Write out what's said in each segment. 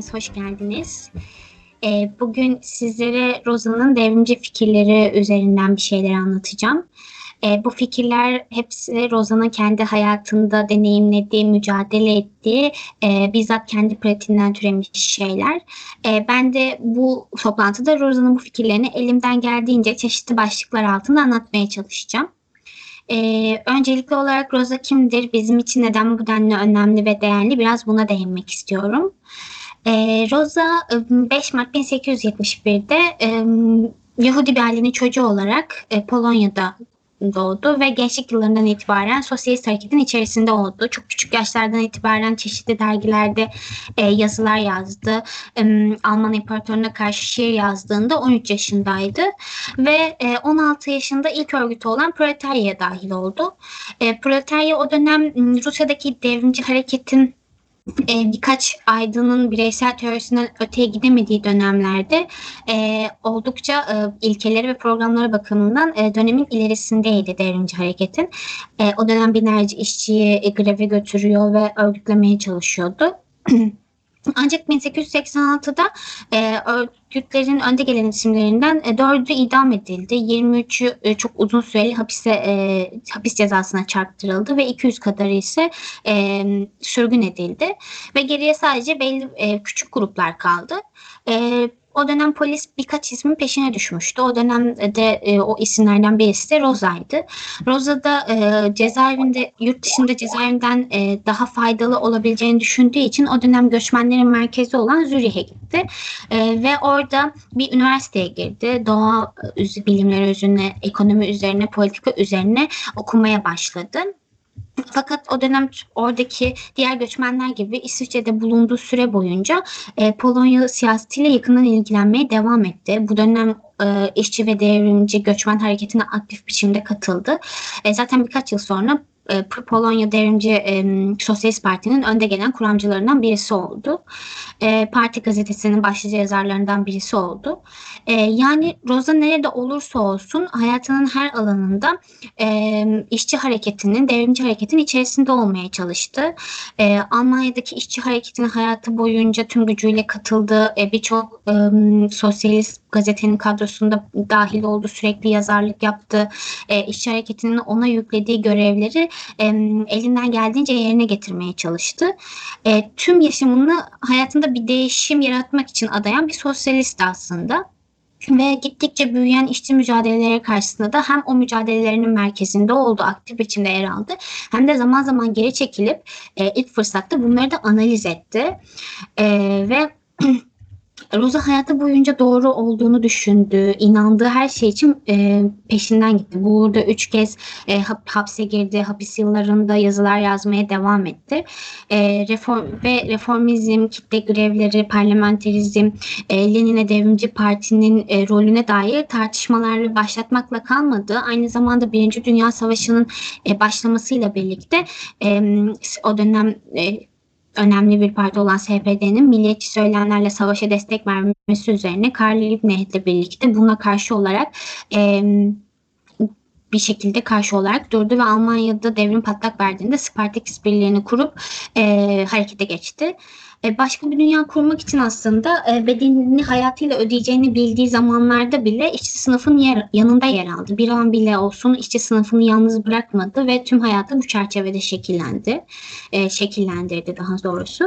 hepiniz hoş geldiniz. Bugün sizlere Rosa'nın devrimci fikirleri üzerinden bir şeyler anlatacağım. Bu fikirler hepsi Rosa'nın kendi hayatında deneyimlediği, mücadele ettiği, bizzat kendi pratiğinden türemiş şeyler. Ben de bu toplantıda Rosa'nın bu fikirlerini elimden geldiğince çeşitli başlıklar altında anlatmaya çalışacağım. Öncelikli olarak Rosa kimdir? Bizim için neden bu denli önemli ve değerli? Biraz buna değinmek istiyorum. Rosa 5 Mart 1871'de Yahudi bir ailenin çocuğu olarak Polonya'da doğdu ve gençlik yıllarından itibaren sosyalist hareketin içerisinde oldu. Çok küçük yaşlardan itibaren çeşitli dergilerde yazılar yazdı. Alman İmparatorluğu'na karşı şiir yazdığında 13 yaşındaydı ve 16 yaşında ilk örgütü olan Proletarya'ya dahil oldu. Proletarya o dönem Rusya'daki devrimci hareketin birkaç aydının bireysel teorisinden öteye gidemediği dönemlerde oldukça ilkeleri ve programları bakımından dönemin ilerisindeydi devrimci hareketin. O dönem binlerce işçiyi greve götürüyor ve örgütlemeye çalışıyordu. Ancak 1886'da örgütlerin önde gelen isimlerinden 4'ü idam edildi. 23'ü çok uzun süreli hapis cezasına çarptırıldı ve 200 kadarı ise sürgün edildi. Ve geriye sadece belli küçük gruplar kaldı. O dönem polis birkaç ismin peşine düşmüştü. O dönemde o isimlerden birisi de Rosa'ydı. Rosa da yurt dışında cezaevinden daha faydalı olabileceğini düşündüğü için o dönem göçmenlerin merkezi olan Zürih'e gitti. Ve orada bir üniversiteye girdi. Doğa bilimleri üzerine, ekonomi üzerine, politika üzerine okumaya başladı. Fakat o dönem oradaki diğer göçmenler gibi İsviçre'de bulunduğu süre boyunca Polonya siyasetiyle yakından ilgilenmeye devam etti. Bu dönem işçi ve devrimci göçmen hareketine aktif biçimde katıldı. Zaten birkaç yıl sonra Polonya Devrimci Sosyalist Parti'nin önde gelen kuramcılarından birisi oldu. Parti gazetesinin başlıca yazarlarından birisi oldu. Yani Rosa nerede olursa olsun hayatının her alanında işçi hareketinin, devrimci hareketin içerisinde olmaya çalıştı. Almanya'daki işçi hareketine hayatı boyunca tüm gücüyle katıldı. Birçok sosyalist gazetenin kadrosunda dahil oldu, sürekli yazarlık yaptı. İşçi hareketinin ona yüklediği görevleri elinden geldiğince yerine getirmeye çalıştı. Tüm yaşamını hayatında bir değişim yaratmak için adayan bir sosyalist aslında. Ve gittikçe büyüyen işçi mücadeleleri karşısında da hem o mücadelelerinin merkezinde oldu, aktif biçimde yer aldı, hem de zaman zaman geri çekilip ilk fırsatta bunları da analiz etti. Ve Rosa hayatı boyunca doğru olduğunu düşündüğü, inandığı her şey için peşinden gitti. Burada 3 kez hapse girdi. Hapis yıllarında yazılar yazmaya devam etti. Reformizm, kitle grevleri, parlamenterizm, Lenin'e Devrimci Parti'nin rolüne dair tartışmalarla başlatmakla kalmadı. Aynı zamanda Birinci Dünya Savaşı'nın başlamasıyla birlikte o dönem önemli bir parti olan SPD'nin milliyetçi söylemlerle savaşa destek vermesi üzerine Karl Liebknecht'le birlikte buna karşı olarak bir şekilde karşı olarak durdu ve Almanya'da devrim patlak verdiğinde Spartaküs birliğini kurup harekete geçti. Başka bir dünya kurmak için aslında bedelini hayatıyla ödeyeceğini bildiği zamanlarda bile işçi sınıfın yanında yer aldı. Bir an bile olsun işçi sınıfını yalnız bırakmadı ve tüm hayatı bu çerçevede şekillendirdi daha doğrusu.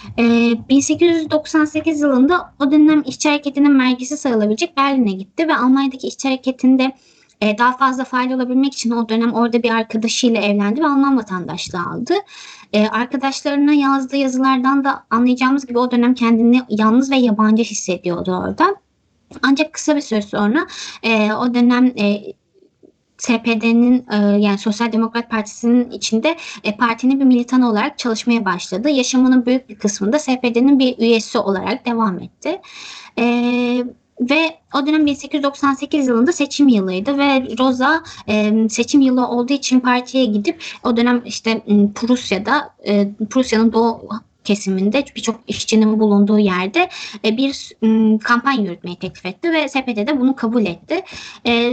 1898 yılında o dönem işçi hareketinin merkezi sayılabilecek Berlin'e gitti ve Almanya'daki işçi hareketinde daha fazla faal olabilmek için o dönem orada bir arkadaşıyla evlendi ve Alman vatandaşlığı aldı. Arkadaşlarına yazdığı yazılardan da anlayacağımız gibi o dönem kendini yalnız ve yabancı hissediyordu orada. Ancak kısa bir süre sonra o dönem SPD'nin yani Sosyal Demokrat Partisi'nin içinde partinin bir militanı olarak çalışmaya başladı. Yaşamının büyük bir kısmında SPD'nin bir üyesi olarak devam etti. Ve o dönem 1898 yılında seçim yılıydı ve Rosa seçim yılı olduğu için partiye gidip o dönem işte Prusya'nın doğu kesiminde birçok işçinin bulunduğu yerde bir kampanya yürütmeyi teklif etti ve SPD de bunu kabul etti.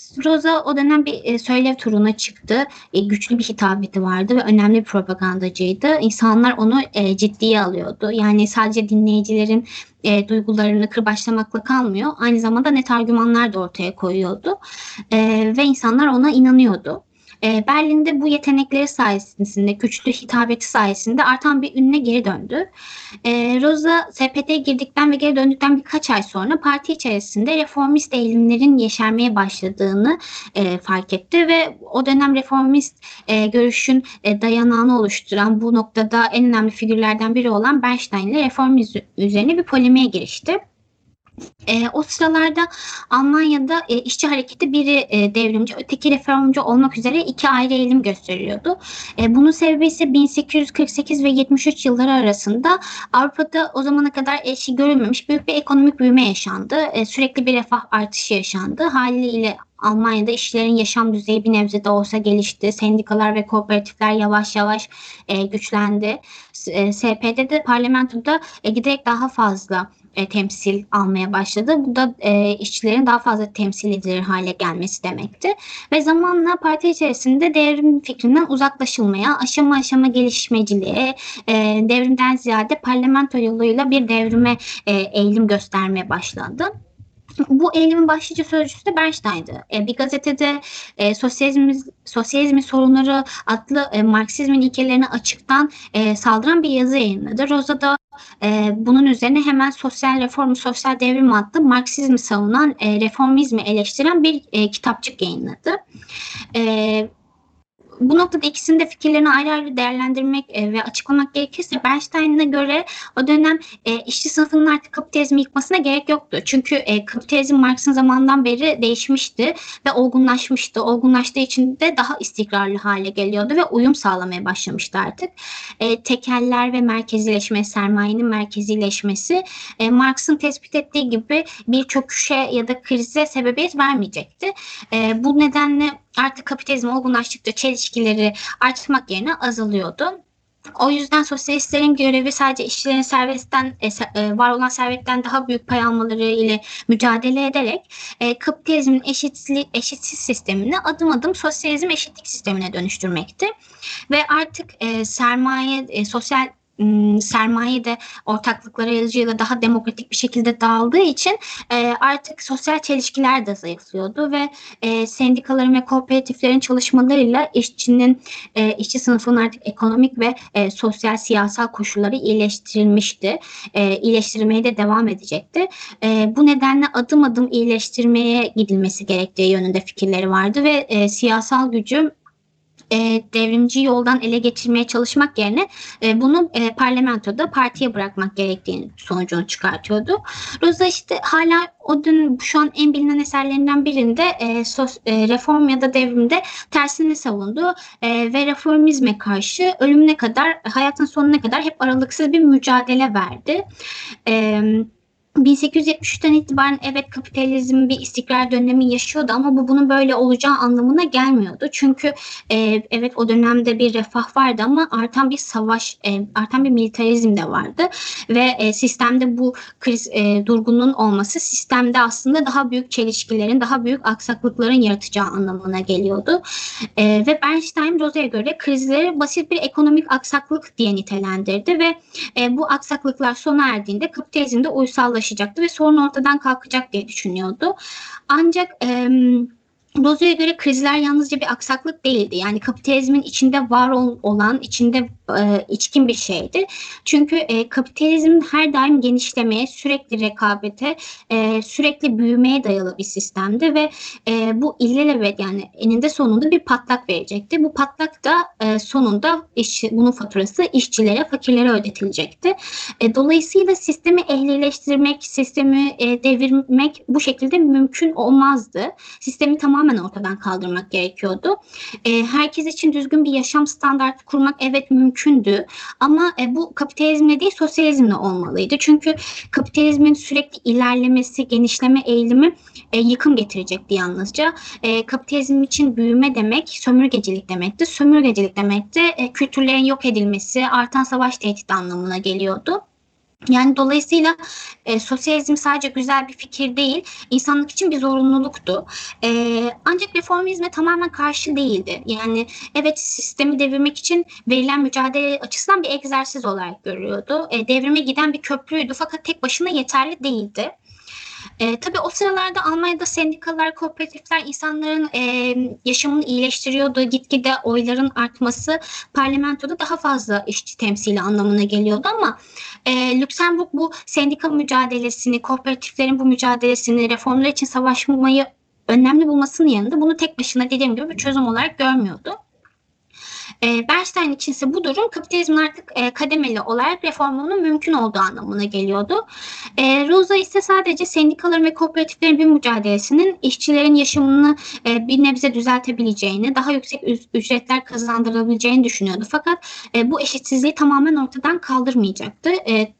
Rosa o dönem bir söylev turuna çıktı. Güçlü bir hitabeti vardı ve önemli bir propagandacıydı. İnsanlar onu ciddiye alıyordu. Yani sadece dinleyicilerin duygularını kırbaçlamakla kalmıyor. Aynı zamanda net argümanlar da ortaya koyuyordu. Ve insanlar ona inanıyordu. Berlin'de bu yetenekleri sayesinde, güçlü hitabeti sayesinde artan bir ününe geri döndü. Rosa SPT'ye girdikten ve geri döndükten birkaç ay sonra parti içerisinde reformist eğilimlerin yeşermeye başladığını fark etti ve o dönem reformist görüşün dayanağını oluşturan bu noktada en önemli figürlerden biri olan Bernstein ile reformizm üzerine bir polemiğe girişti. O sıralarda Almanya'da işçi hareketi biri devrimci, öteki reformcu olmak üzere iki ayrı eğilim gösteriyordu. Bunun sebebi ise 1848 ve 73 yılları arasında Avrupa'da o zamana kadar eşi görülmemiş büyük bir ekonomik büyüme yaşandı. Sürekli bir refah artışı yaşandı. Haliyle Almanya'da işçilerin yaşam düzeyi bir nebze de olsa gelişti. Sendikalar ve kooperatifler yavaş yavaş güçlendi. SP'de parlamentoda giderek daha fazla temsil almaya başladı. Bu da işçilerin daha fazla temsil edilir hale gelmesi demekti. Ve zamanla parti içerisinde devrim fikrinden uzaklaşılmaya, aşama aşama gelişmeciliğe, devrimden ziyade parlamento yoluyla bir devrime eğilim göstermeye başlandı. Bu eğilimin başlıca sözcüsü de Bernstein'dı. Bir gazetede Sosyalizmin Sorunları adlı Marksizmin ilkelerine açıktan saldıran bir yazı yayınladı. Rosa da bunun üzerine hemen Sosyal Reform, Sosyal Devrim adlı Marksizmi savunan, reformizmi eleştiren bir kitapçık yayınladı. Bu noktada ikisinin de fikirlerini ayrı ayrı değerlendirmek ve açıklamak gerekirse Bernstein'a göre o dönem işçi sınıfının artık kapitalizmi yıkmasına gerek yoktu. Çünkü kapitalizm Marx'ın zamandan beri değişmişti ve olgunlaşmıştı. Olgunlaştığı için de daha istikrarlı hale geliyordu ve uyum sağlamaya başlamıştı artık. Tekeller ve merkezileşme, sermayenin merkezileşmesi Marx'ın tespit ettiği gibi bir çöküşe ya da krize sebebiyet vermeyecekti. Bu nedenle artık kapitalizm olgunlaştıkça çelişkileri artmak yerine azalıyordu. O yüzden sosyalistlerin görevi sadece işçilerin var olan servetten daha büyük pay almaları ile mücadele ederek kapitalizmin eşitsiz sistemini adım adım sosyalizm eşitlik sistemine dönüştürmekti. Ve artık sermaye de ortaklıklar aracılığıyla daha demokratik bir şekilde dağıldığı için artık sosyal çelişkiler de zayıflıyordu ve sendikaların ve kooperatiflerin çalışmalarıyla işçi sınıfının artık ekonomik ve sosyal siyasal koşulları iyileştirilmişti. İyileştirmeye de devam edecekti. Bu nedenle adım adım iyileştirmeye gidilmesi gerektiği yönünde fikirleri vardı ve siyasal gücü devrimci yoldan ele geçirmeye çalışmak yerine bunu parlamentoda partiye bırakmak gerektiğini sonucunu çıkartıyordu. Rosa işte hala şu an en bilinen eserlerinden birinde reform ya da devrimde tersini savundu ve reformizme karşı ölümüne kadar, hayatın sonuna kadar hep aralıksız bir mücadele verdi. 1873'ten itibaren evet kapitalizm bir istikrar dönemi yaşıyordu ama bu bunun böyle olacağı anlamına gelmiyordu. Çünkü evet o dönemde bir refah vardı ama artan bir savaş, artan bir militarizm de vardı ve sistemde bu durgunluğun olması sistemde aslında daha büyük çelişkilerin, daha büyük aksaklıkların yaratacağı anlamına geliyordu. Ve Bernstein Rosa'ya göre krizleri basit bir ekonomik aksaklık diye nitelendirdi ve bu aksaklıklar sona erdiğinde kapitalizmde uysallaşacaktı ve sorun ortadan kalkacak diye düşünüyordu. Ancak Rosa'ya göre krizler yalnızca bir aksaklık değildi. Yani kapitalizmin içinde var olan, içinde içkin bir şeydi. Çünkü kapitalizm her daim genişlemeye, sürekli rekabete, sürekli büyümeye dayalı bir sistemdi ve bu ilelebet yani eninde sonunda bir patlak verecekti. Bu patlak da sonunda bunun faturası işçilere, fakirlere ödetilecekti. Dolayısıyla sistemi ehlileştirmek, sistemi devirmek bu şekilde mümkün olmazdı. Sistemi tamamen ortadan kaldırmak gerekiyordu. Herkes için düzgün bir yaşam standartı kurmak evet mümkündü ama bu kapitalizmle değil sosyalizmle olmalıydı. Çünkü kapitalizmin sürekli ilerlemesi, genişleme eğilimi yıkım getirecekti yalnızca. Kapitalizm için büyüme demek sömürgecilik demekti. Sömürgecilik demek de kültürlerin yok edilmesi, artan savaş tehdidi anlamına geliyordu. Yani dolayısıyla sosyalizm sadece güzel bir fikir değil, insanlık için bir zorunluluktu. Ancak reformizme tamamen karşı değildi. Yani evet, sistemi devirmek için verilen mücadele açısından bir egzersiz olarak görüyordu. Devrime giden bir köprüydü fakat tek başına yeterli değildi. Tabii o sıralarda Almanya'da sendikalar, kooperatifler insanların yaşamını iyileştiriyordu. Gitgide oyların artması parlamentoda daha fazla işçi temsili anlamına geliyordu ama Lüksemburg bu sendika mücadelesini, kooperatiflerin bu mücadelesini, reformlar için savaşmayı önemli bulmasının yanında bunu tek başına dediğim gibi bir çözüm olarak görmüyordu. Bernstein içinse bu durum kapitalizmin artık kademeli olarak reformunun mümkün olduğu anlamına geliyordu. Rosa ise sadece sendikaların ve kooperatiflerin bir mücadelesinin işçilerin yaşamını bir nebze düzeltebileceğini, daha yüksek ücretler kazandırabileceğini düşünüyordu. Fakat bu eşitsizliği tamamen ortadan kaldırmayacaktı.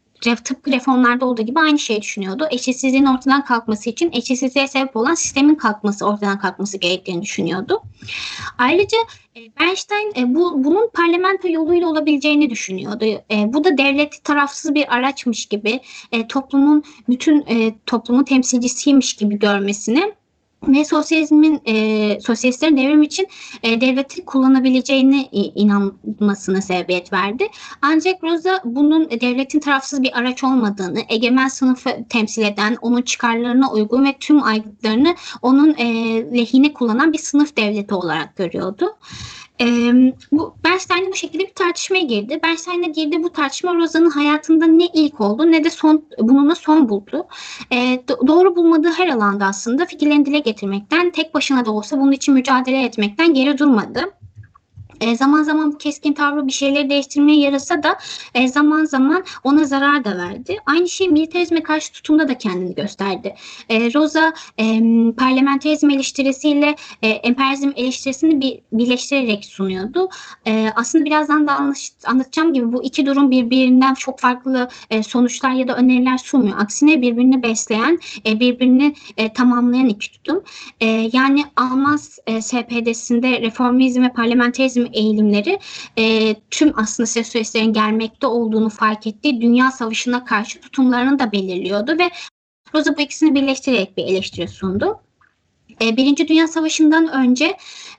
Tıpkı reformlarda olduğu gibi aynı şeyi düşünüyordu. Eşitsizliğin ortadan kalkması için eşitsizliğe sebep olan sistemin ortadan kalkması gerektiğini düşünüyordu. Ayrıca Bernstein bunun parlamento yoluyla olabileceğini düşünüyordu. Bu da devleti tarafsız bir araçmış gibi, toplumun bütün toplumun temsilcisiymiş gibi görmesini ve sosyalistlerin devrim için devleti kullanabileceğine inanmasına sebebiyet verdi. Ancak Rosa bunun devletin tarafsız bir araç olmadığını, egemen sınıfı temsil eden, onun çıkarlarına uygun ve tüm aygıtlarını onun lehine kullanan bir sınıf devleti olarak görüyordu. Bernstein'le bu şekilde bir tartışmaya girdi. Bernstein'le girdiği bu tartışma Rosa'nın hayatında ne ilk oldu ne de bununla son buldu. Doğru bulmadığı her alanda aslında fikirlerini dile getirmekten, tek başına da olsa bunun için mücadele etmekten geri durmadı. Zaman zaman bu keskin tavrı bir şeyleri değiştirmeye yarasa da zaman zaman ona zarar da verdi. Aynı şey militarizme karşı tutumda da kendini gösterdi. Rosa parlamenterizm eleştirisiyle emperyalizm eleştirisini birleştirerek sunuyordu. Aslında birazdan da anlatacağım gibi bu iki durum birbirinden çok farklı sonuçlar ya da öneriler sunmuyor. Aksine birbirini besleyen, birbirini tamamlayan iki tutum. Yani Alman SPD'sinde reformizm ve parlamenterizm eğilimleri tüm aslında sosyalistlerin gelmekte olduğunu fark ettiği Dünya Savaşı'na karşı tutumlarını da belirliyordu ve Rosa bu ikisini birleştirerek bir eleştiri sundu. Birinci Dünya Savaşı'ndan önce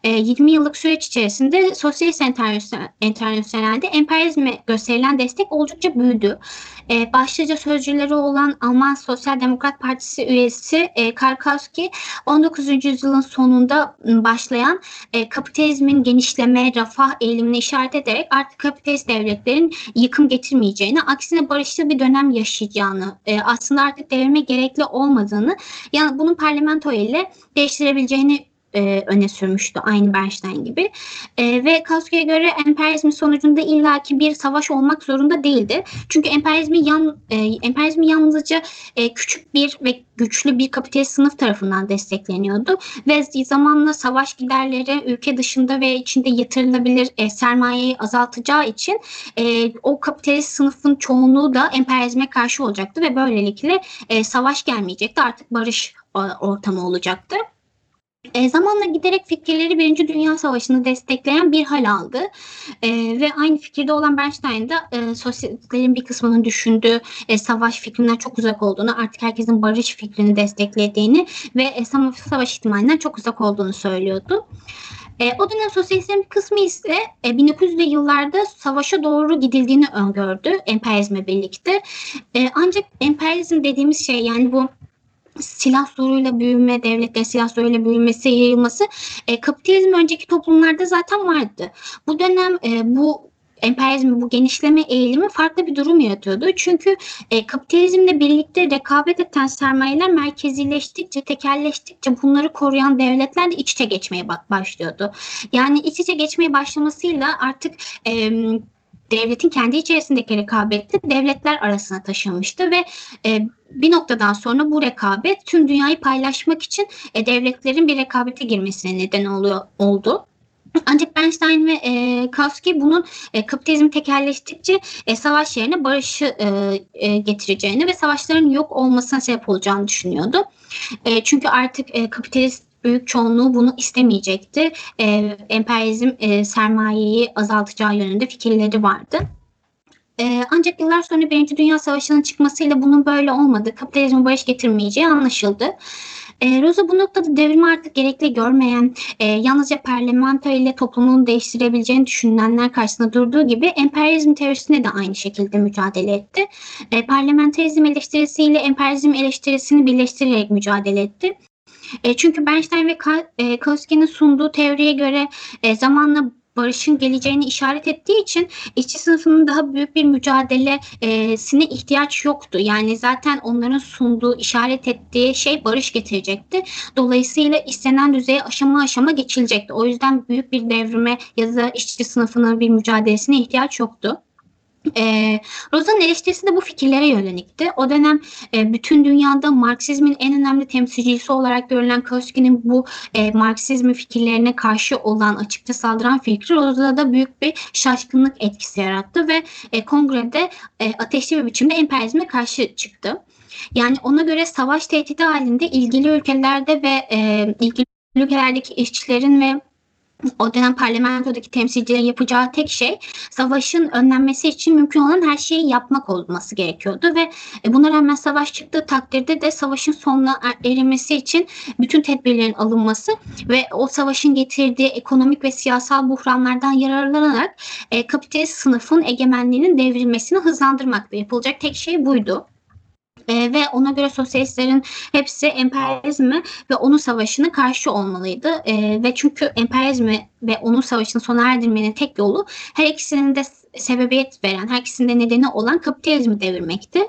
20 yıllık süreç içerisinde Sosyalist Enternasyonel'de emperyalizme gösterilen destek oldukça büyüdü. Başlıca sözcüleri olan Alman Sosyal Demokrat Partisi üyesi Karkowski 19. yüzyılın sonunda başlayan kapitalizmin genişleme, refah eğilimine işaret ederek artık kapitalist devletlerin yıkım getirmeyeceğini, aksine barışçıl bir dönem yaşayacağını, aslında artık devrime gerekli olmadığını, yani bunun parlamento ile değiştirebileceğini öne sürmüştü, aynı Bernstein gibi. Ve Kautsky'ye göre emperyalizmin sonucunda illaki bir savaş olmak zorunda değildi. Çünkü emperyalizmi yalnızca küçük bir ve güçlü bir kapitalist sınıf tarafından destekleniyordu ve zamanla savaş giderleri ülke dışında ve içinde yatırılabilir sermayeyi azaltacağı için o kapitalist sınıfın çoğunluğu da emperyalizme karşı olacaktı ve böylelikle savaş gelmeyecekti, artık barış ortamı olacaktı. Zamanla giderek fikirleri Birinci Dünya Savaşı'nı destekleyen bir hal aldı. Ve aynı fikirde olan Bernstein de sosyalistlerin bir kısmının düşündüğü savaş fikrinden çok uzak olduğunu, artık herkesin barış fikrini desteklediğini ve savaş ihtimalinden çok uzak olduğunu söylüyordu. O dönem sosyalistlerin bir kısmı ise 1900'lü yıllarda savaşa doğru gidildiğini öngördü emperyalizmle birlikte. Ancak emperyalizm dediğimiz şey, yani bu silah zoruyla büyüme, devletlerin silah zoruyla büyümesi, yayılması kapitalizm önceki toplumlarda zaten vardı. Bu dönem bu emperyalizmin bu genişleme eğilimi farklı bir durum yaratıyordu. Çünkü kapitalizmle birlikte rekabet eden sermayeler merkezileştikçe, tekelleştikçe bunları koruyan devletler de iç içe geçmeye başlıyordu. Yani iç içe geçmeye başlamasıyla artık devletin kendi içerisindeki rekabeti devletler arasına taşınmıştı ve bir noktadan sonra bu rekabet tüm dünyayı paylaşmak için devletlerin bir rekabete girmesine neden oldu. Ancak Bernstein ve Kautsky bunun kapitalizm tekelleştikçe savaş yerine barışı getireceğini ve savaşların yok olmasına sebep olacağını düşünüyordu. Çünkü artık kapitalist büyük çoğunluğu bunu istemeyecekti. Emperyalizm sermayeyi azaltacağı yönünde fikirleri vardı. Ancak yıllar sonra Birinci Dünya Savaşı'nın çıkmasıyla bunun böyle olmadığı, kapitalizmin barış getirmeyeceği anlaşıldı. Rosa bu noktada devrimi artık gerekli görmeyen, yalnızca parlamento ile toplumunu değiştirebileceğini düşünenler karşısında durduğu gibi emperyalizm teorisine de aynı şekilde mücadele etti. Parlamenterizm eleştirisiyle emperyalizm eleştirisini birleştirerek mücadele etti. Çünkü Bernstein ve Kautsky'nin sunduğu teoriye göre zamanla barışın geleceğini işaret ettiği için işçi sınıfının daha büyük bir mücadelesine ihtiyaç yoktu. Yani zaten onların sunduğu, işaret ettiği şey barış getirecekti. Dolayısıyla istenen düzeye aşama aşama geçilecekti. O yüzden büyük bir devrime ya da işçi sınıfının bir mücadelesine ihtiyaç yoktu. Rosa'nın eleştirisi de bu fikirlere yönelikti. O dönem bütün dünyada Marksizmin en önemli temsilcisi olarak görülen Kautsky'nin bu Marksizm fikirlerine karşı olan, açıkça saldıran fikri Rosa'da büyük bir şaşkınlık etkisi yarattı ve kongrede ateşli bir biçimde emperyalizme karşı çıktı. Yani ona göre savaş tehdidi halinde ilgili ülkelerde ve ilgili ülkelerdeki işçilerin ve o dönem parlamentodaki temsilcilerin yapacağı tek şey savaşın önlenmesi için mümkün olan her şeyi yapmak olması gerekiyordu ve buna rağmen savaş çıktığı takdirde de savaşın sonuna erilmesi için bütün tedbirlerin alınması ve o savaşın getirdiği ekonomik ve siyasal buhranlardan yararlanarak kapitalist sınıfın egemenliğinin devrilmesini hızlandırmakta. Yapılacak tek şey buydu. Ve ona göre sosyalistlerin hepsi emperyalizme ve onun savaşına karşı olmalıydı. Ve çünkü emperyalizme ve onun savaşını sona erdirmenin tek yolu her ikisinin de sebebiyet veren, her ikisinin de nedeni olan kapitalizmi devirmekti.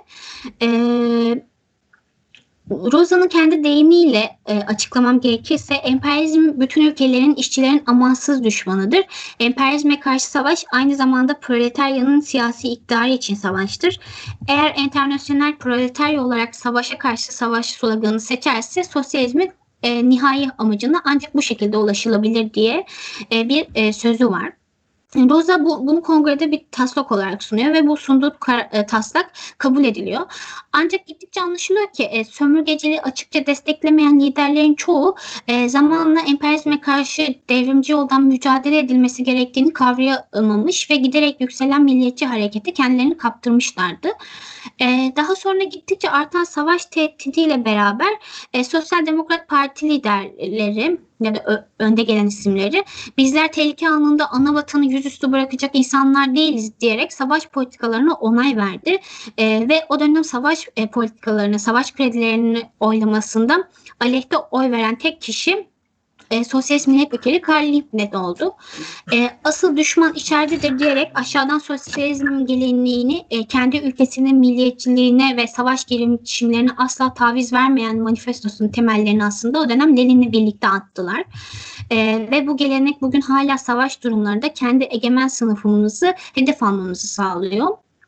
Rosa'nın kendi deyimiyle açıklamam gerekirse emperyalizm bütün ülkelerin, işçilerin amansız düşmanıdır. Emperyalizme karşı savaş aynı zamanda proletaryanın siyasi iktidarı için savaştır. Eğer internasyonel proletarya olarak savaşa karşı savaş sloganını seçerse sosyalizmin nihai amacına ancak bu şekilde ulaşılabilir diye bir sözü var. Rosa bunu kongrede bir taslak olarak sunuyor ve bu sunduğu taslak kabul ediliyor. Ancak gittikçe anlaşılıyor ki sömürgeciliği açıkça desteklemeyen liderlerin çoğu zamanla emperyalizme karşı devrimci yoldan mücadele edilmesi gerektiğini kavrayamamış ve giderek yükselen milliyetçi harekete kendilerini kaptırmışlardı. Daha sonra gittikçe artan savaş tehdidiyle beraber Sosyal Demokrat Parti liderleri ya da önde gelen isimleri bizler tehlike anında ana vatanı yüzüstü bırakacak insanlar değiliz diyerek savaş politikalarına onay verdi. Ve o dönem savaş politikalarını, savaş kredilerini oylamasında aleyhte oy veren tek kişi Sosyalist Milletvekili Karl Liebknecht oldu. Asıl düşman içeridedir diyerek aşağıdan sosyalizmin geleneğini kendi ülkesinin milliyetçiliğine ve savaş girişimlerine asla taviz vermeyen manifestosunun temellerini aslında o dönem Lenin'le birlikte attılar. Ve bu gelenek bugün hala savaş durumlarında kendi egemen sınıfımızı hedef almamızı sağlıyor.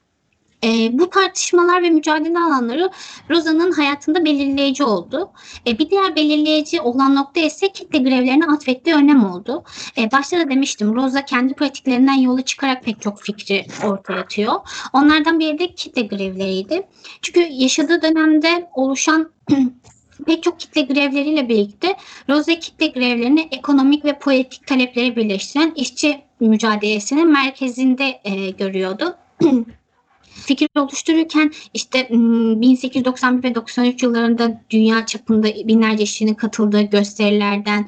Bu tartışmalar ve mücadele alanları Rosa'nın hayatında belirleyici oldu. Bir diğer belirleyici olan nokta ise kitle grevlerine atfettiği önem oldu. Başta da demiştim, Rosa kendi pratiklerinden yola çıkarak pek çok fikri ortaya atıyor. Onlardan biri de kitle grevleriydi. Çünkü yaşadığı dönemde oluşan pek çok kitle grevleriyle birlikte Rosa kitle grevlerini ekonomik ve politik talepleri birleştiren işçi mücadelesinin merkezinde görüyordu. Fikir oluştururken işte 1891 ve 93 yıllarında dünya çapında binlerce işçinin katıldığı gösterilerden,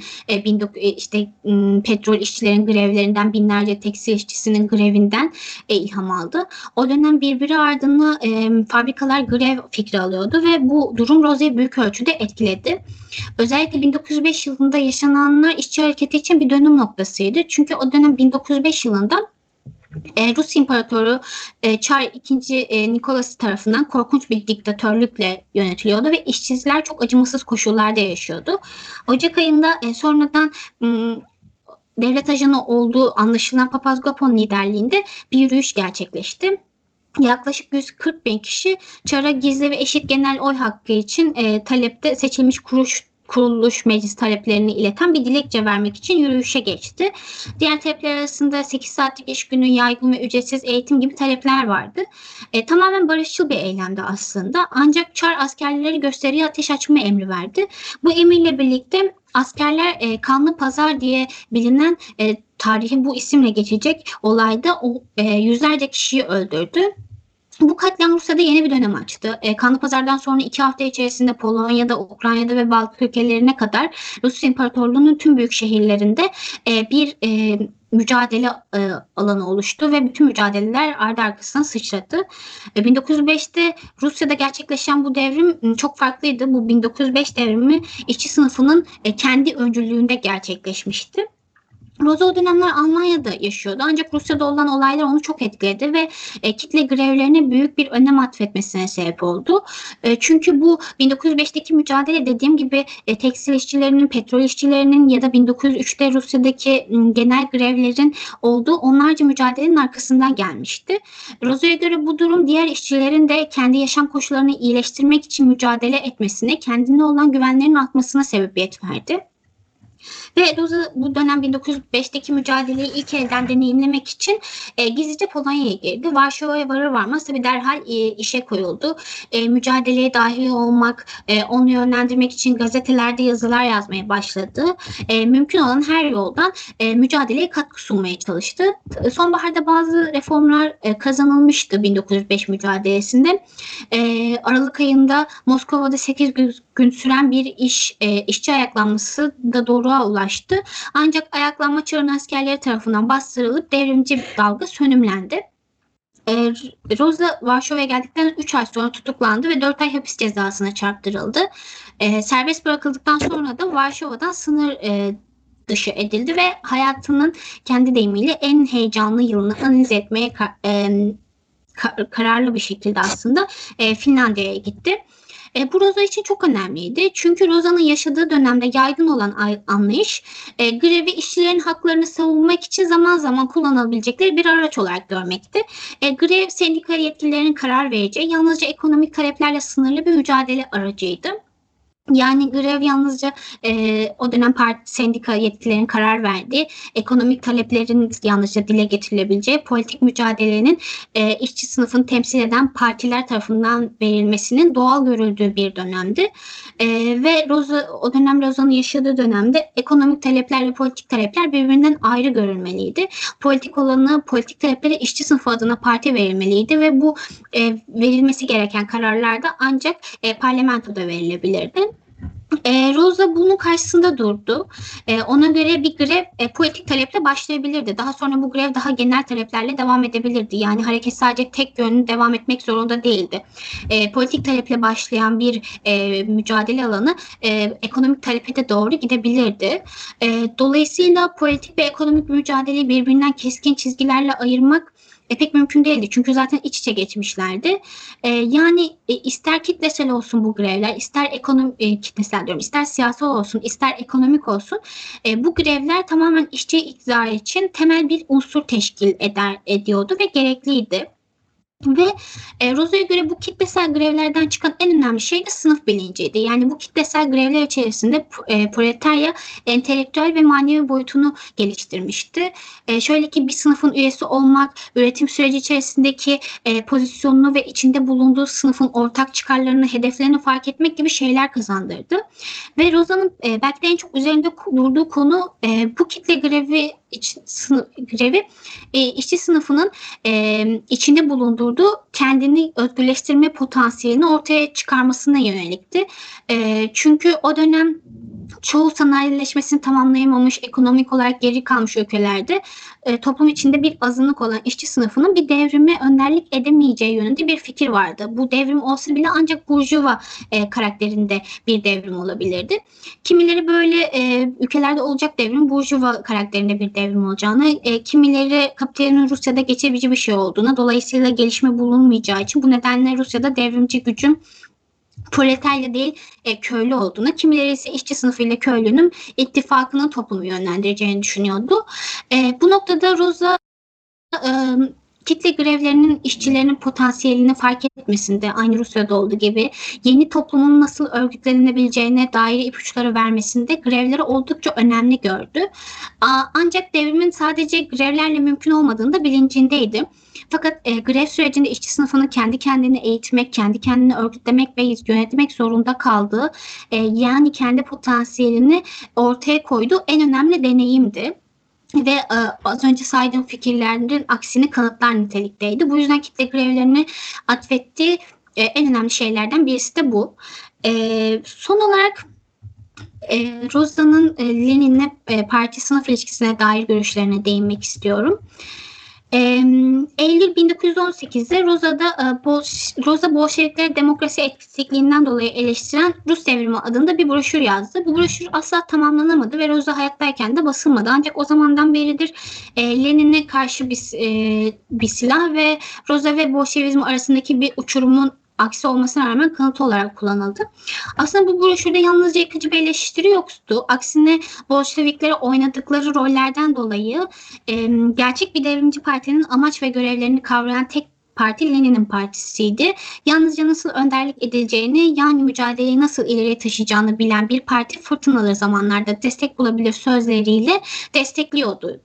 petrol işçilerin grevlerinden, binlerce tekstil işçisinin grevinden ilham aldı. O dönem birbiri ardına fabrikalar grev fikri alıyordu ve bu durum Rosa'yı büyük ölçüde etkiledi. Özellikle 1905 yılında yaşananlar işçi hareketi için bir dönüm noktasıydı. Çünkü o dönem 1905 yılında Rus İmparatoru Çar II. Nikolas tarafından korkunç bir diktatörlükle yönetiliyordu ve işçiler çok acımasız koşullarda yaşıyordu. Ocak ayında sonradan devlet ajanı olduğu anlaşılan Papaz Gapon liderliğinde bir yürüyüş gerçekleşti. Yaklaşık 140 bin kişi Çar'a gizli ve eşit genel oy hakkı için talepte seçilmiş kuruluş meclis taleplerini ileten bir dilekçe vermek için yürüyüşe geçti. Diğer talepler arasında 8 saatlik iş günü, yaygın ve ücretsiz eğitim gibi talepler vardı. Tamamen barışçıl bir eylemdi aslında. Ancak Çar askerleri gösteriye ateş açma emri verdi. Bu emirle birlikte askerler Kanlı Pazar diye bilinen tarihi bu isimle geçecek olayda yüzlerce kişiyi öldürdü. Bu katliam Rusya'da yeni bir dönem açtı. Kanlı Pazar'dan sonra 2 hafta içerisinde Polonya'da, Ukrayna'da ve Baltık ülkelerine kadar Rusya İmparatorluğu'nun tüm büyük şehirlerinde bir mücadele alanı oluştu ve bütün mücadeleler ardı arkasına sıçradı. 1905'te Rusya'da gerçekleşen bu devrim çok farklıydı. Bu 1905 devrimi işçi sınıfının kendi öncülüğünde gerçekleşmişti. Rosa o dönemler Almanya'da yaşıyordu ancak Rusya'da olan olaylar onu çok etkiledi ve kitle grevlerine büyük bir önem atfetmesine sebep oldu. Çünkü bu 1905'teki mücadele dediğim gibi tekstil işçilerinin, petrol işçilerinin ya da 1903'te Rusya'daki genel grevlerin olduğu onlarca mücadelenin arkasından gelmişti. Rosa'ya göre bu durum diğer işçilerin de kendi yaşam koşullarını iyileştirmek için mücadele etmesine, kendine olan güvenlerinin artmasına sebebiyet verdi. Ve Rosa bu dönem 1905'teki mücadeleyi ilk elden deneyimlemek için gizlice Polonya'ya girdi. Varşova'ya varır varmaz tabii derhal işe koyuldu. Mücadeleye dahil olmak, onu yönlendirmek için gazetelerde yazılar yazmaya başladı. Mümkün olan her yoldan mücadeleye katkı sunmaya çalıştı. Sonbaharda bazı reformlar kazanılmıştı 1905 mücadelesinde. Aralık ayında Moskova'da 8 gün süren bir işçi ayaklanması da doruğa ulaştı. Ancak ayaklanma Çar'ın askerleri tarafından bastırılıp devrimci bir dalga sönümlendi. Rosa Varşova'ya geldikten 3 ay sonra tutuklandı ve 4 ay hapis cezasına çarptırıldı. Serbest bırakıldıktan sonra da Varşova'dan sınır dışı edildi ve hayatının kendi deyimiyle en heyecanlı yılını analiz etmeye kararlı bir şekilde aslında Finlandiya'ya gitti. Bu Rosa için çok önemliydi. Çünkü Rosa'nın yaşadığı dönemde yaygın olan anlayış grevi işçilerin haklarını savunmak için zaman zaman kullanılabilecekleri bir araç olarak görmekti. Grev sendika yetkililerinin karar vereceği yalnızca ekonomik taleplerle sınırlı bir mücadele aracıydı. Yani grev yalnızca o dönem sendika yetkililerinin karar verdiği, ekonomik taleplerin yalnızca dile getirilebileceği, politik mücadelenin işçi sınıfını temsil eden partiler tarafından verilmesinin doğal görüldüğü bir dönemdi. Ve o dönem Rosa'nın yaşadığı dönemde ekonomik talepler ve politik talepler birbirinden ayrı görülmeliydi. Politik taleplere işçi sınıfı adına parti verilmeliydi ve bu verilmesi gereken kararlar da ancak parlamentoda verilebilirdi. Rosa bunun karşısında durdu. Ona göre bir grev politik taleple başlayabilirdi. Daha sonra bu grev daha genel taleplerle devam edebilirdi. Yani hareket sadece tek yönlü devam etmek zorunda değildi. Politik taleple başlayan bir mücadele alanı ekonomik talepe de doğru gidebilirdi. Dolayısıyla politik ve ekonomik mücadeleyi birbirinden keskin çizgilerle ayırmak pek mümkün değildi. Çünkü zaten iç içe geçmişlerdi. Yani ister kitlesel olsun bu grevler, ister kitlesel diyorum, ister siyasal olsun, ister ekonomik olsun, bu grevler tamamen işçi iktidarı için temel bir unsur teşkil ediyordu ve gerekliydi. Ve Rosa'ya göre bu kitlesel grevlerden çıkan en önemli şey de sınıf bilinciydi. Yani bu kitlesel grevler içerisinde proletarya entelektüel ve manevi boyutunu geliştirmişti. Şöyle ki bir sınıfın üyesi olmak, üretim süreci içerisindeki pozisyonunu ve içinde bulunduğu sınıfın ortak çıkarlarını, hedeflerini fark etmek gibi şeyler kazandırdı. Ve Rosa'nın belki de en çok üzerinde durduğu konu bu kitle grevi işçi sınıfının içinde bulunduğu kendini özgürleştirme potansiyelini ortaya çıkarmasına yönelikti. Çünkü o dönem çoğu sanayileşmesini tamamlayamamış, ekonomik olarak geri kalmış ülkelerde toplum içinde bir azınlık olan işçi sınıfının bir devrime önderlik edemeyeceği yönünde bir fikir vardı. Bu devrim olsa bile ancak burjuva karakterinde bir devrim olabilirdi. Kimileri böyle ülkelerde olacak devrim burjuva karakterinde bir devrim olacağını, kimileri kapitalizmin Rusya'da geçebici bir şey olduğuna, dolayısıyla gelişme bulunmayacağı için bu nedenle Rusya'da devrimci gücün proletarya değil köylü olduğuna, kimileri ise işçi sınıfıyla köylünün ittifakının toplumu yönlendireceğini düşünüyordu. Bu noktada Rosa kitle grevlerinin işçilerin potansiyelini fark etmesinde, aynı Rusya'da olduğu gibi yeni toplumun nasıl örgütlenebileceğine dair ipuçları vermesinde grevleri oldukça önemli gördü. Ancak devrimin sadece grevlerle mümkün olmadığını da bilincindeydi. Fakat grev sürecinde işçi sınıfını kendi kendini eğitmek, kendi kendini örgütlemek ve yönetmek zorunda kaldığı, yani kendi potansiyelini ortaya koyduğu en önemli deneyimdi. Ve az önce saydığım fikirlerin aksini kanıtlar nitelikteydi. Bu yüzden kitle grevlerini atfettiği en önemli şeylerden birisi de bu. Son olarak Rosa'nın Lenin'le parti sınıf ilişkisine dair görüşlerine değinmek istiyorum. Eylül 1918'de Rosa Bolşevikleri demokrasi eksikliğinden dolayı eleştiren Rus Devrimi adında bir broşür yazdı. Bu broşür asla tamamlanamadı ve Rosa hayattayken de basılmadı. Ancak o zamandan beridir Lenin'e karşı bir silah ve Rosa ve Bolşevizm arasındaki bir uçurumun aksi olmasına rağmen kanıt olarak kullanıldı. Aslında bu broşürde yalnızca yıkıcı bir eleştiri yoktu. Aksine Bolşeviklere oynadıkları rollerden dolayı gerçek bir devrimci partinin amaç ve görevlerini kavrayan tek parti Lenin'in partisiydi. Yalnızca nasıl önderlik edileceğini, yani mücadeleyi nasıl ileriye taşıyacağını bilen bir parti fırtınalı zamanlarda destek bulabilir sözleriyle destekliyordu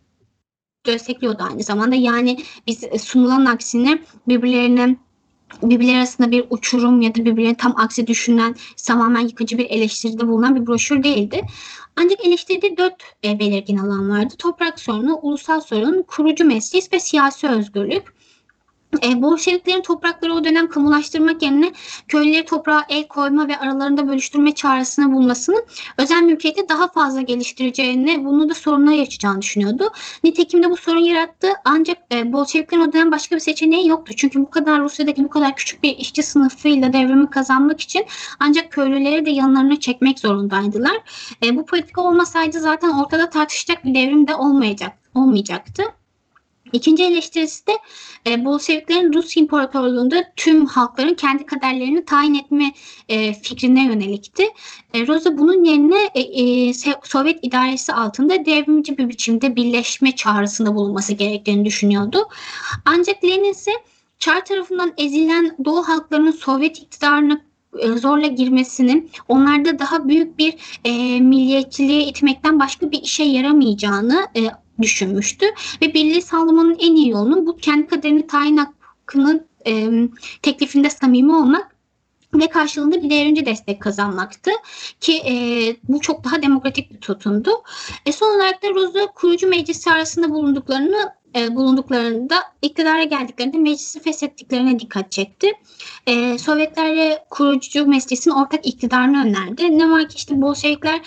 aynı zamanda. Yani biz sunulan aksine birbirleri arasında bir uçurum ya da birbirlerinin tam aksi düşünen, tamamen yıkıcı bir eleştiride bulunan bir broşür değildi. Ancak eleştiride 4 belirgin alan vardı. Toprak sorunu, ulusal sorun, kurucu meclis ve siyasi özgürlük. Bolşeviklerin toprakları o dönem kamulaştırmak yerine köylüleri toprağa el koyma ve aralarında bölüştürme çağrısına bulmasının özel mülkiyeti daha fazla geliştireceğini, bunu da sorunlar açacağını düşünüyordu. Nitekim de bu sorun yarattı. Ancak Bolşeviklerin o dönem başka bir seçeneği yoktu. Çünkü Rusya'daki bu kadar küçük bir işçi sınıfıyla devrimi kazanmak için ancak köylüleri de yanlarına çekmek zorundaydılar. Bu politika olmasaydı zaten ortada tartışacak bir devrim de olmayacaktı. İkinci eleştirisi de Bolşeviklerin Rus İmparatorluğu'nda tüm halkların kendi kaderlerini tayin etme fikrine yönelikti. Rosa bunun yerine Sovyet idaresi altında devrimci bir biçimde birleşme çağrısında bulunması gerektiğini düşünüyordu. Ancak Lenin ise Çar tarafından ezilen Doğu halklarının Sovyet iktidarına zorla girmesinin onlarda daha büyük bir milliyetçiliğe itmekten başka bir işe yaramayacağını düşünmüştü ve birliği sağlamanın en iyi yolunun bu kendi kaderini tayin hakkının teklifinde samimi olmak ve karşılığında bir devrimci destek kazanmaktı ki bu çok daha demokratik bir tutumdu. Son olarak da Rosa kurucu meclisi arasında bulunduklarında iktidara geldiklerinde meclisi feshettiklerine dikkat çekti. Sovyetlerle kurucu meclisin ortak iktidarını önerdi. Ne var ki işte Bolşevikler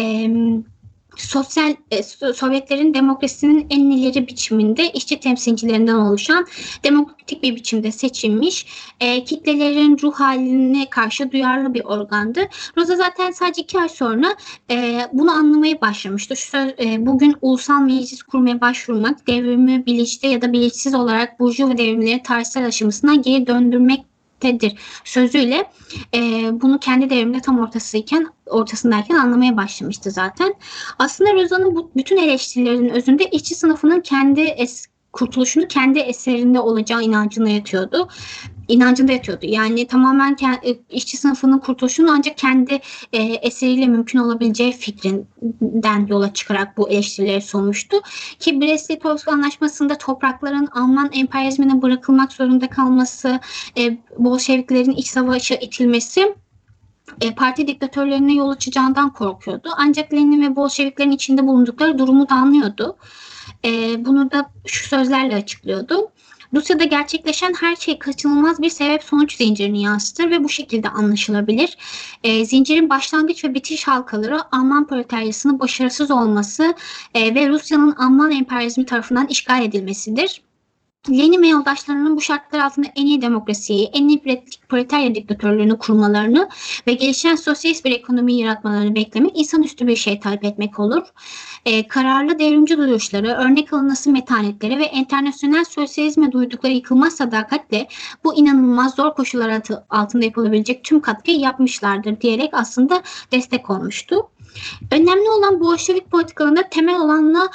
Sovyetlerin demokrasinin en ileri biçiminde işçi temsilcilerinden oluşan demokratik bir biçimde seçilmiş kitlelerin ruh haline karşı duyarlı bir organdı. Rosa zaten sadece 2 ay sonra bunu anlamaya başlamıştı. Bugün ulusal meclis kurmaya başvurmak devrimi bilinçli ya da bilinçsiz olarak burjuva devrimlerin tarihsel aşamasından geri döndürmektedir sözüyle bunu kendi devriminde tam ortasındayken anlamaya başlamıştı zaten. Aslında Rosa'nın bu bütün eleştirilerin özünde işçi sınıfının kurtuluşunu kendi eserinde olacağı inancında yatıyordu. Yani tamamen işçi sınıfının kurtuluşunu ancak kendi eseriyle mümkün olabileceği fikrinden yola çıkarak bu eleştirileri sunmuştu. Ki Brest-Litovsk Anlaşması'nda toprakların Alman emperyalizmine bırakılmak zorunda kalması, Bolşeviklerin iç savaşa itilmesi parti diktatörlerine yol açacağından korkuyordu. Ancak Lenin ve Bolşeviklerin içinde bulundukları durumu da anlıyordu. Bunu da şu sözlerle açıklıyordu. Rusya'da gerçekleşen her şey kaçınılmaz bir sebep-sonuç zincirini yansıtır ve bu şekilde anlaşılabilir. Zincirin başlangıç ve bitiş halkaları Alman proletaryasının başarısız olması ve Rusya'nın Alman emperyalizmi tarafından işgal edilmesidir. Lenin ve yoldaşlarının bu şartlar altında en iyi demokrasiyi, en iyi proletarya diktatörlüğünü kurmalarını ve gelişen sosyalist bir ekonomi yaratmalarını beklemek insanüstü bir şey talep etmek olur. Kararlı devrimci duruşları, örnek alınması metanetleri ve internasyonel sosyalizme duydukları yıkılmaz sadakatle bu inanılmaz zor koşullar altında yapılabilecek tüm katkıyı yapmışlardır diyerek aslında destek olmuştu. Önemli olan Bolşevik politikalarında temel olanla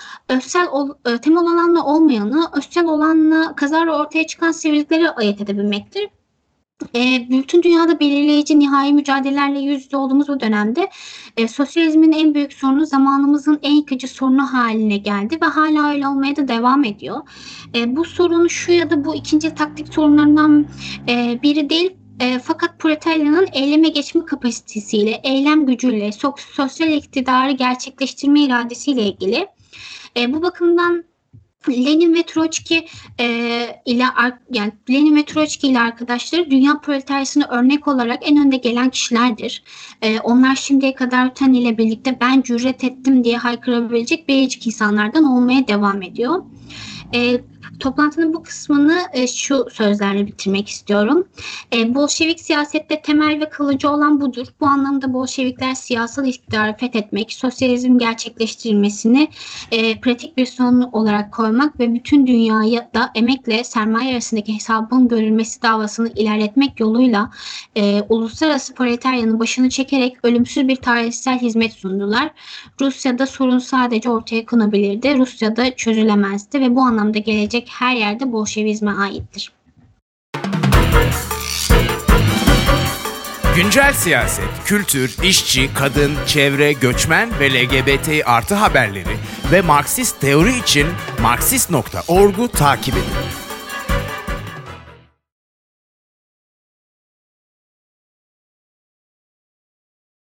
olmayanı, özsel olanla kazara ortaya çıkan sivrilikleri ayırt edebilmektir. Bütün dünyada belirleyici nihai mücadelelerle yüz yüze olduğumuz bu dönemde sosyalizmin en büyük sorunu zamanımızın en yıkıcı sorunu haline geldi ve hala öyle olmaya da devam ediyor. Bu sorun şu ya da bu ikinci taktik sorunlarından biri değil. Fakat proletaryanın eyleme geçme kapasitesiyle, eylem gücüyle, sosyal iktidarı gerçekleştirme iradesiyle ilgili. Bu bakımdan Lenin ve Troçki yani Lenin ve Troçki ile arkadaşları dünya proletaryasına örnek olarak en önde gelen kişilerdir. Onlar şimdiye kadar TAN ile birlikte ben cüret ettim diye haykırabilecek biricik insanlardan olmaya devam ediyor. Toplantının bu kısmını şu sözlerle bitirmek istiyorum. Bolşevik siyasette temel ve kalıcı olan budur. Bu anlamda Bolşevikler siyasal iktidarı fethetmek, sosyalizm gerçekleştirilmesini pratik bir sorun olarak koymak ve bütün dünyaya da emekle sermaye arasındaki hesabın görülmesi davasını ilerletmek yoluyla uluslararası proletaryanın başını çekerek ölümsüz bir tarihsel hizmet sundular. Rusya'da sorun sadece ortaya konabilirdi. Rusya'da çözülemezdi ve bu anlamda gelecek her yerde Bolşevizme aittir. Güncel siyaset, kültür, işçi, kadın, çevre, göçmen ve LGBT artı haberleri ve Marksist teori için Marksist.org'u takip edin.